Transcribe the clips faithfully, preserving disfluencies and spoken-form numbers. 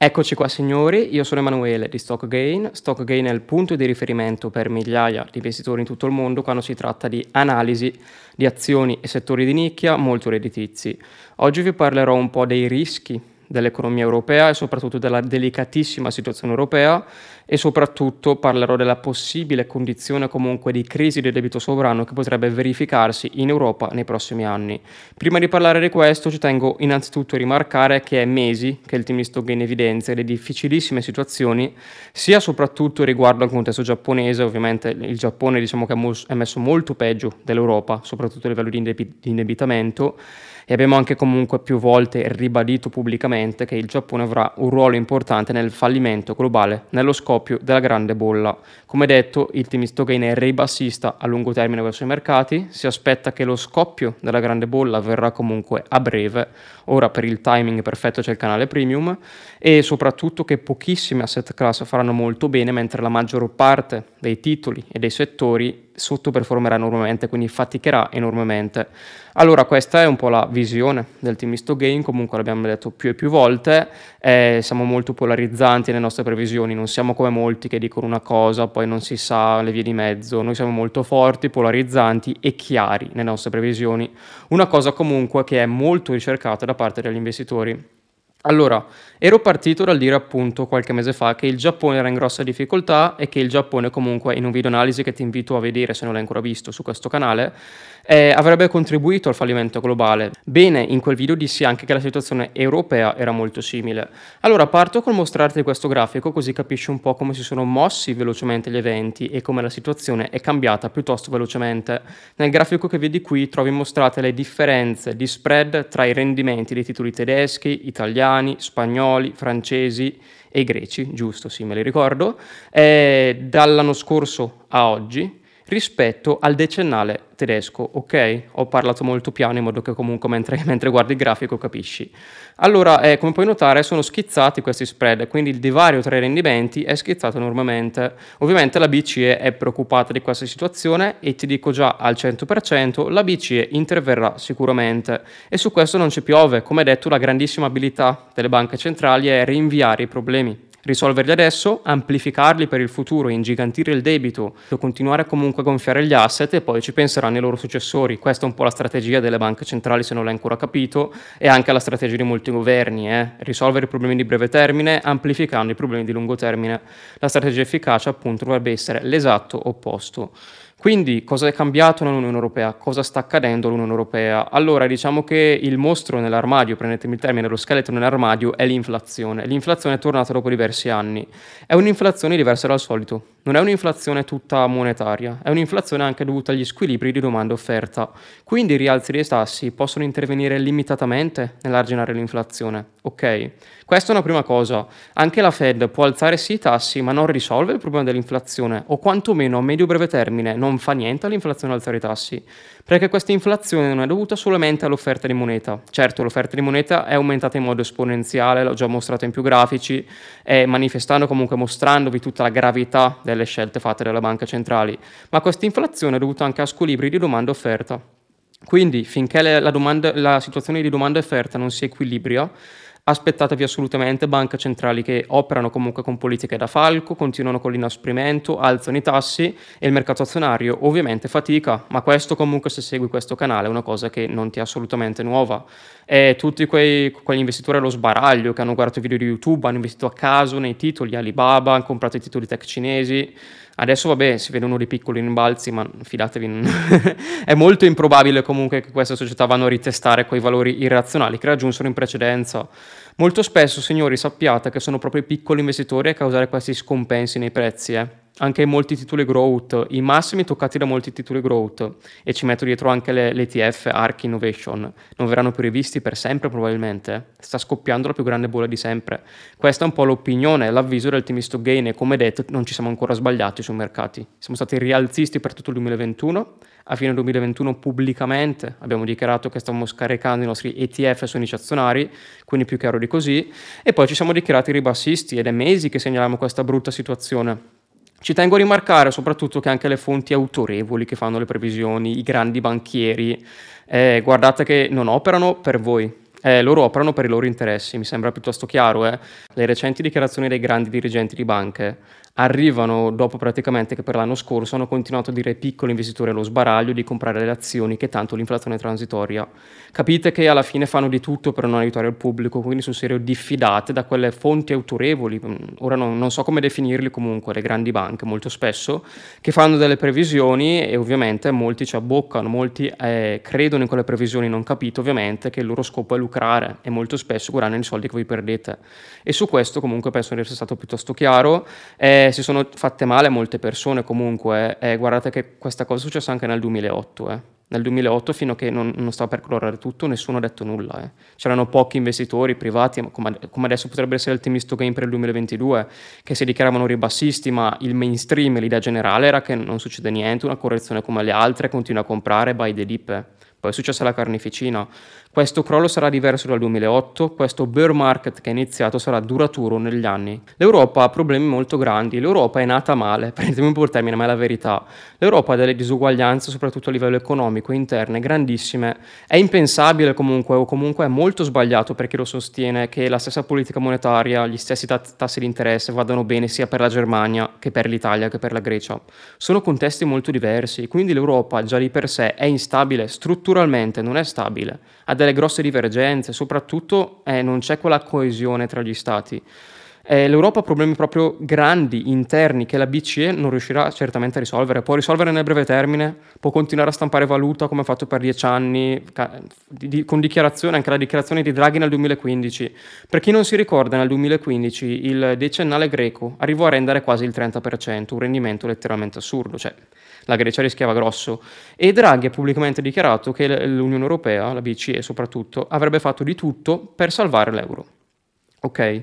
Eccoci qua signori, io sono Emanuele di StockGain. StockGain è il punto di riferimento per migliaia di investitori in tutto il mondo quando si tratta di analisi di azioni e settori di nicchia molto redditizi. Oggi vi parlerò un po' dei rischi dell'economia europea e soprattutto della delicatissima situazione europea e soprattutto parlerò della possibile condizione comunque di crisi del debito sovrano che potrebbe verificarsi in Europa nei prossimi anni. Prima di parlare di questo ci tengo innanzitutto a rimarcare che è mesi che il team di StockGain evidenzia le difficilissime situazioni sia soprattutto riguardo al contesto giapponese. Ovviamente il Giappone diciamo che è messo molto peggio dell'Europa, soprattutto a livello di indebitamento, e abbiamo anche comunque più volte ribadito pubblicamente che il Giappone avrà un ruolo importante nel fallimento globale, nello scoppio della grande bolla. Come detto, il team di StockGain è ribassista a lungo termine verso i mercati, si aspetta che lo scoppio della grande bolla avverrà comunque a breve, ora per il timing perfetto c'è il canale premium, e soprattutto che pochissime asset class faranno molto bene, mentre la maggior parte dei titoli e dei settori sottoperformerà enormemente, quindi faticherà enormemente. Allora questa è un po' la visione del team di StockGain, comunque l'abbiamo detto più e più volte, eh, siamo molto polarizzanti nelle nostre previsioni, non siamo come molti che dicono una cosa poi non si sa le vie di mezzo, noi siamo molto forti, polarizzanti e chiari nelle nostre previsioni, una cosa comunque che è molto ricercata da parte degli investitori. Allora, ero partito dal dire appunto qualche mese fa che il Giappone era in grossa difficoltà e che il Giappone comunque in un video analisi che ti invito a vedere se non l'hai ancora visto su questo canale eh, avrebbe contribuito al fallimento globale. Bene, in quel video dissi anche che la situazione europea era molto simile. Allora parto col mostrarti questo grafico così capisci un po' come si sono mossi velocemente gli eventi e come la situazione è cambiata piuttosto velocemente. Nel grafico che vedi qui trovi mostrate le differenze di spread tra i rendimenti dei titoli tedeschi, italiani, spagnoli, francesi e greci, giusto, sì, me li ricordo, eh, dall'anno scorso a oggi rispetto al decennale tedesco, ok? Ho parlato molto piano in modo che comunque mentre, mentre guardi il grafico capisci. Allora, eh, come puoi notare, sono schizzati questi spread, quindi il divario tra i rendimenti è schizzato enormemente. Ovviamente la B C E è preoccupata di questa situazione e ti dico già al cento per cento la B C E interverrà sicuramente e su questo non ci piove. Come detto, la grandissima abilità delle banche centrali è rinviare i problemi, risolverli adesso, amplificarli per il futuro, ingigantire il debito, continuare comunque a gonfiare gli asset e poi ci penseranno i loro successori. Questa è un po' la strategia delle banche centrali, se non l'hai ancora capito, e anche la strategia di molti governi, eh? Risolvere i problemi di breve termine, amplificando i problemi di lungo termine. La strategia efficace appunto dovrebbe essere l'esatto opposto. Quindi cosa è cambiato nell'Unione Europea? Cosa sta accadendo all'Unione Europea? Allora diciamo che il mostro nell'armadio, prendetemi il termine, lo scheletro nell'armadio è l'inflazione. L'inflazione è tornata dopo diversi anni. È un'inflazione diversa dal solito. Non è un'inflazione tutta monetaria, è un'inflazione anche dovuta agli squilibri di domanda e offerta. Quindi i rialzi dei tassi possono intervenire limitatamente nell'arginare l'inflazione. Ok? Questa è una prima cosa. Anche la Fed può alzare sì i tassi, ma non risolve il problema dell'inflazione, o quantomeno a medio-breve termine non fa niente all'inflazione alzare i tassi, perché questa inflazione non è dovuta solamente all'offerta di moneta. Certo, l'offerta di moneta è aumentata in modo esponenziale, l'ho già mostrato in più grafici, e manifestando comunque mostrandovi tutta la gravità delle scelte fatte dalle banche centrali, ma questa inflazione è dovuta anche a squilibri di domanda e offerta. Quindi finché le, la, domanda, la situazione di domanda e offerta non si equilibria, aspettatevi assolutamente banche centrali che operano comunque con politiche da falco, continuano con l'inasprimento, alzano i tassi e il mercato azionario ovviamente fatica, ma questo comunque se segui questo canale è una cosa che non ti è assolutamente nuova. E tutti quei, quegli investitori allo sbaraglio che hanno guardato i video di YouTube, hanno investito a caso nei titoli Alibaba, hanno comprato i titoli tech cinesi. Adesso vabbè si vedono dei piccoli rimbalzi, ma fidatevi, è molto improbabile comunque che queste società vanno a ritestare quei valori irrazionali che raggiunsero in precedenza. Molto spesso, signori, sappiate che sono proprio i piccoli investitori a causare questi scompensi nei prezzi, eh. Anche molti titoli growth, i massimi toccati da molti titoli growth, e ci metto dietro anche le, l'E T F ARK Innovation, non verranno più rivisti per sempre probabilmente. Sta scoppiando la più grande bolla di sempre. Questa è un po' l'opinione, l'avviso del team di StockGain e come detto non ci siamo ancora sbagliati sui mercati. Siamo stati rialzisti per tutto il duemilaventuno, a fine duemilaventuno pubblicamente abbiamo dichiarato che stavamo scaricando i nostri E T F su indici azionari, quindi più chiaro di così, e poi ci siamo dichiarati ribassisti ed è mesi che segnaliamo questa brutta situazione. Ci tengo a rimarcare soprattutto che anche le fonti autorevoli che fanno le previsioni, i grandi banchieri, eh, guardate che non operano per voi, Eh, loro operano per i loro interessi, mi sembra piuttosto chiaro, eh. Le recenti dichiarazioni dei grandi dirigenti di banche arrivano dopo praticamente che per l'anno scorso hanno continuato a dire ai piccoli investitori allo sbaraglio di comprare le azioni, che tanto l'inflazione è transitoria. Capite che alla fine fanno di tutto per non aiutare il pubblico, quindi sul serio diffidate da quelle fonti autorevoli, mm, ora non, non so come definirli comunque, le grandi banche molto spesso, che fanno delle previsioni e ovviamente molti ci abboccano, molti eh, credono in quelle previsioni, non capito ovviamente che il loro scopo è lucrare e molto spesso guadagnano i soldi che voi perdete. E su questo comunque penso di essere stato piuttosto chiaro. Eh, si sono fatte male molte persone comunque, eh, guardate che questa cosa è successa anche nel duemilaotto, eh. Nel duemilaotto, fino a che non, non stava per crollare tutto, nessuno ha detto nulla. Eh. C'erano pochi investitori privati, come, come adesso potrebbe essere il team Misto Game per il duemilaventidue, che si dichiaravano ribassisti, ma il mainstream, l'idea generale era che non succede niente, una correzione come le altre, continua a comprare, buy the dip. Eh. Poi è successa la carneficina. Questo crollo sarà diverso dal duemilaotto, questo bear market che è iniziato sarà duraturo negli anni. L'Europa ha problemi molto grandi, l'Europa è nata male, prendetemi un po' il termine, ma è la verità. L'Europa ha delle disuguaglianze, soprattutto a livello economico, interne, grandissime. È impensabile comunque, o comunque è molto sbagliato per chi lo sostiene, che la stessa politica monetaria, gli stessi tassi di interesse vadano bene sia per la Germania che per l'Italia che per la Grecia. Sono contesti molto diversi, quindi l'Europa già di per sé è instabile, strutturalmente non è stabile, ha delle grosse divergenze, soprattutto eh, non c'è quella coesione tra gli stati. Eh, L'Europa ha problemi proprio grandi, interni, che la B C E non riuscirà certamente a risolvere. Può risolvere nel breve termine, può continuare a stampare valuta come ha fatto per dieci anni, di, di, con dichiarazione, anche la dichiarazione di Draghi nel duemilaquindici. Per chi non si ricorda, nel duemilaquindici il decennale greco arrivò a rendere quasi il trenta per cento, un rendimento letteralmente assurdo, cioè la Grecia rischiava grosso. E Draghi ha pubblicamente dichiarato che l'Unione Europea, la B C E soprattutto, avrebbe fatto di tutto per salvare l'euro. Ok?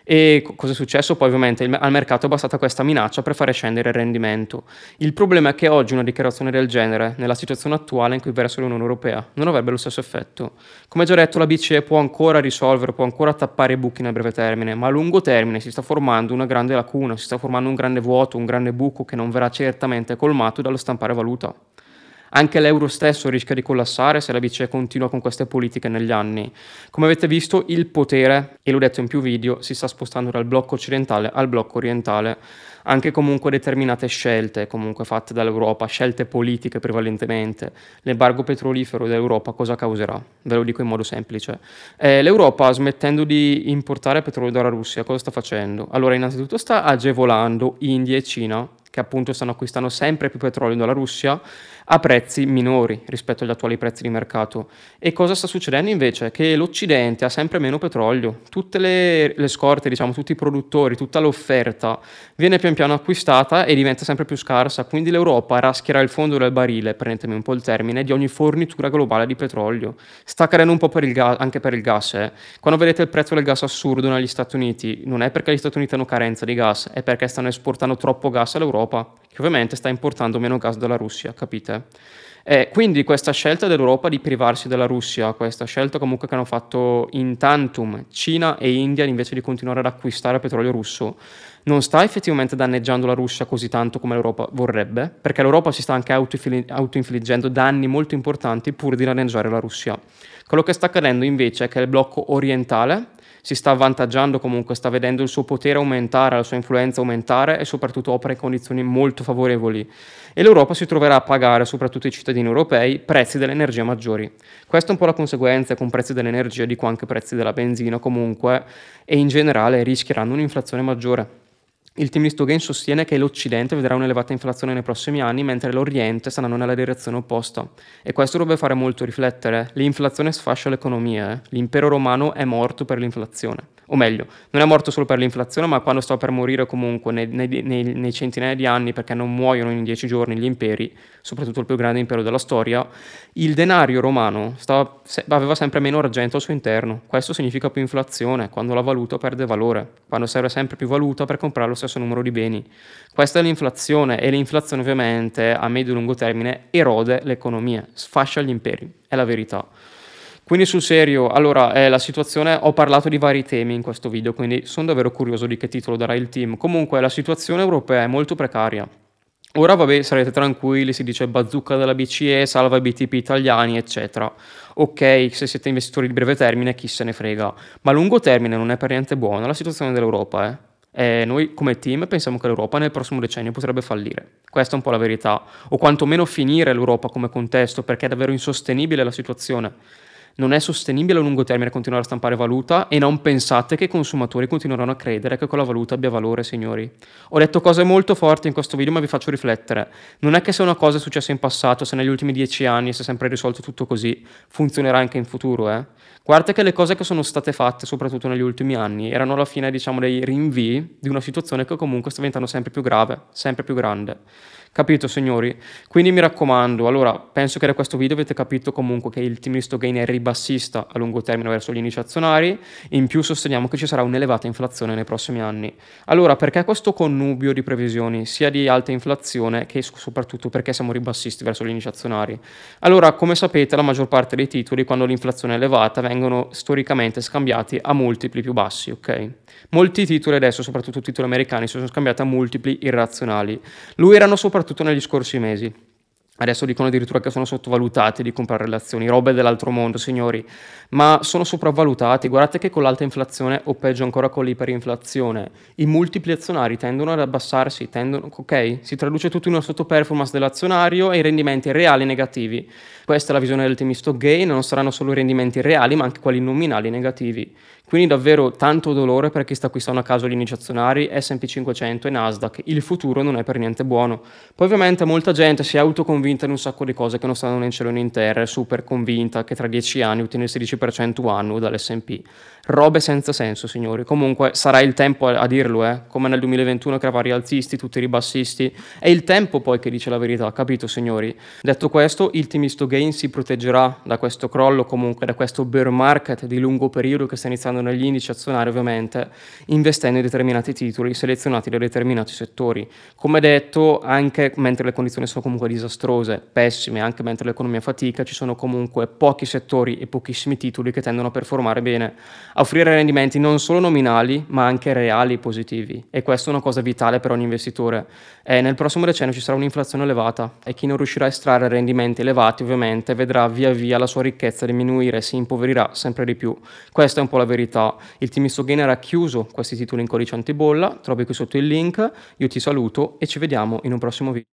E cosa è successo? Poi ovviamente il, al mercato è bastata questa minaccia per fare scendere il rendimento. Il problema è che oggi una dichiarazione del genere, nella situazione attuale in cui versa l'Unione Europea, non avrebbe lo stesso effetto. Come già detto, la B C E può ancora risolvere, può ancora tappare i buchi nel breve termine, ma a lungo termine si sta formando una grande lacuna, si sta formando un grande vuoto, un grande buco che non verrà certamente colmato dallo stampare valuta. Anche l'euro stesso rischia di collassare se la B C E continua con queste politiche negli anni. Come avete visto, il potere, e l'ho detto in più video, si sta spostando dal blocco occidentale al blocco orientale. Anche comunque determinate scelte comunque fatte dall'Europa, scelte politiche prevalentemente. L'embargo petrolifero dell'Europa cosa causerà? Ve lo dico in modo semplice. Eh, L'Europa, smettendo di importare petrolio dalla Russia, cosa sta facendo? Allora, innanzitutto sta agevolando India e Cina, che appunto stanno acquistando sempre più petrolio dalla Russia a prezzi minori rispetto agli attuali prezzi di mercato. E cosa sta succedendo invece? Che l'Occidente ha sempre meno petrolio, tutte le, le scorte, diciamo, tutti i produttori, tutta l'offerta viene pian piano acquistata e diventa sempre più scarsa, quindi l'Europa raschierà il fondo del barile, prendetemi un po' il termine, di ogni fornitura globale di petrolio. Sta cadendo un po' per il gas, anche per il gas. Eh. Quando vedete il prezzo del gas assurdo negli Stati Uniti, non è perché gli Stati Uniti hanno carenza di gas, è perché stanno esportando troppo gas all'Europa, che ovviamente sta importando meno gas dalla Russia, capite? Eh, quindi questa scelta dell'Europa di privarsi della Russia, questa scelta comunque che hanno fatto in tantum Cina e India invece di continuare ad acquistare petrolio russo, non sta effettivamente danneggiando la Russia così tanto come l'Europa vorrebbe, perché l'Europa si sta anche autoinfliggendo danni molto importanti pur di danneggiare la Russia. Quello che sta accadendo invece è che il blocco orientale si sta avvantaggiando comunque, sta vedendo il suo potere aumentare, la sua influenza aumentare e soprattutto opera in condizioni molto favorevoli. E l'Europa si troverà a pagare, soprattutto i cittadini europei, prezzi dell'energia maggiori. Questa è un po' la conseguenza, con prezzi dell'energia, dico anche prezzi della benzina comunque, e in generale rischieranno un'inflazione maggiore. Il team Misto Game sostiene che l'Occidente vedrà un'elevata inflazione nei prossimi anni, mentre l'Oriente sta andando nella direzione opposta. E questo dovrebbe fare molto riflettere. L'inflazione sfascia l'economia. Eh? L'impero romano è morto per l'inflazione. O meglio, non è morto solo per l'inflazione, ma quando sta per morire comunque nei, nei, nei, nei centinaia di anni, perché non muoiono in dieci giorni gli imperi, soprattutto il più grande impero della storia, il denario romano stava, aveva sempre meno argento al suo interno. Questo significa più inflazione, quando la valuta perde valore, quando serve sempre più valuta per comprare lo stesso numero di beni. Questa è l'inflazione, e l'inflazione ovviamente a medio e lungo termine erode l'economia, sfascia gli imperi, è la verità. Quindi sul serio, allora, eh, la situazione, ho parlato di vari temi in questo video, quindi sono davvero curioso di che titolo darà il team. Comunque la situazione europea è molto precaria. Ora vabbè, sarete tranquilli, si dice bazooka della B C E, salva i B T P italiani, eccetera. Ok, se siete investitori di breve termine, chi se ne frega. Ma a lungo termine non è per niente buona la situazione dell'Europa, eh. E noi come team pensiamo che l'Europa nel prossimo decennio potrebbe fallire. Questa è un po' la verità. O quantomeno finire l'Europa come contesto, perché è davvero insostenibile la situazione. Non è sostenibile a lungo termine continuare a stampare valuta e non pensate che i consumatori continueranno a credere che quella valuta abbia valore, signori. Ho detto cose molto forti in questo video, ma vi faccio riflettere. Non è che se una cosa è successa in passato, se negli ultimi dieci anni si è sempre risolto tutto così, funzionerà anche in futuro, eh. Guarda che le cose che sono state fatte, soprattutto negli ultimi anni, erano alla fine, diciamo, dei rinvii di una situazione che comunque sta diventando sempre più grave, sempre più grande. Capito, signori? Quindi mi raccomando, allora, penso che da questo video avete capito comunque che il team Risto Gain è ribassista a lungo termine verso gli indici azionari, in più sosteniamo che ci sarà un'elevata inflazione nei prossimi anni. Allora, perché questo connubio di previsioni, sia di alta inflazione che soprattutto perché siamo ribassisti verso gli indici azionari? Allora, come sapete, la maggior parte dei titoli, quando l'inflazione è elevata, vengono storicamente scambiati a multipli più bassi, ok? Molti titoli adesso, soprattutto titoli americani, si sono scambiati a multipli irrazionali. Lo erano soprattutto negli scorsi mesi. Adesso dicono addirittura che sono sottovalutati di comprare le azioni, robe dell'altro mondo, signori, ma sono sopravvalutati. Guardate che con l'alta inflazione, o peggio ancora con l'iperinflazione, i multipli azionari tendono ad abbassarsi, tendono, ok? Si traduce tutto in una sottoperformance dell'azionario e i rendimenti reali negativi. Questa è la visione del team Stock Gain, non saranno solo i rendimenti reali, ma anche quelli nominali negativi. Quindi davvero tanto dolore per chi sta acquistando a caso gli indici azionari, S and P cinquecento e Nasdaq. Il futuro non è per niente buono. Poi ovviamente molta gente si è autoconvinta in un sacco di cose che non stanno né in cielo né in terra, è super convinta che tra dieci anni ottiene il sedici per cento annuo dall'S and P. Robe senza senso, signori. Comunque sarà il tempo a dirlo, eh? Come nel duemilaventuno che aveva rialzisti, tutti ribassisti. È il tempo poi che dice la verità, capito, signori? Detto questo, il team Isto Gain si proteggerà da questo crollo, comunque da questo bear market di lungo periodo che sta iniziando negli indici azionari, ovviamente, investendo in determinati titoli selezionati da determinati settori. Come detto, anche mentre le condizioni sono comunque disastrose, pessime, anche mentre l'economia fatica, ci sono comunque pochi settori e pochissimi titoli che tendono a performare bene, a offrire rendimenti non solo nominali, ma anche reali positivi. E questa è una cosa vitale per ogni investitore. E nel prossimo decennio ci sarà un'inflazione elevata e chi non riuscirà a estrarre rendimenti elevati, ovviamente, vedrà via via la sua ricchezza diminuire e si impoverirà sempre di più. Questa è un po' la verità. Il team Isto Gain ha chiuso questi titoli in codice antibolla, trovi qui sotto il link, io ti saluto e ci vediamo in un prossimo video.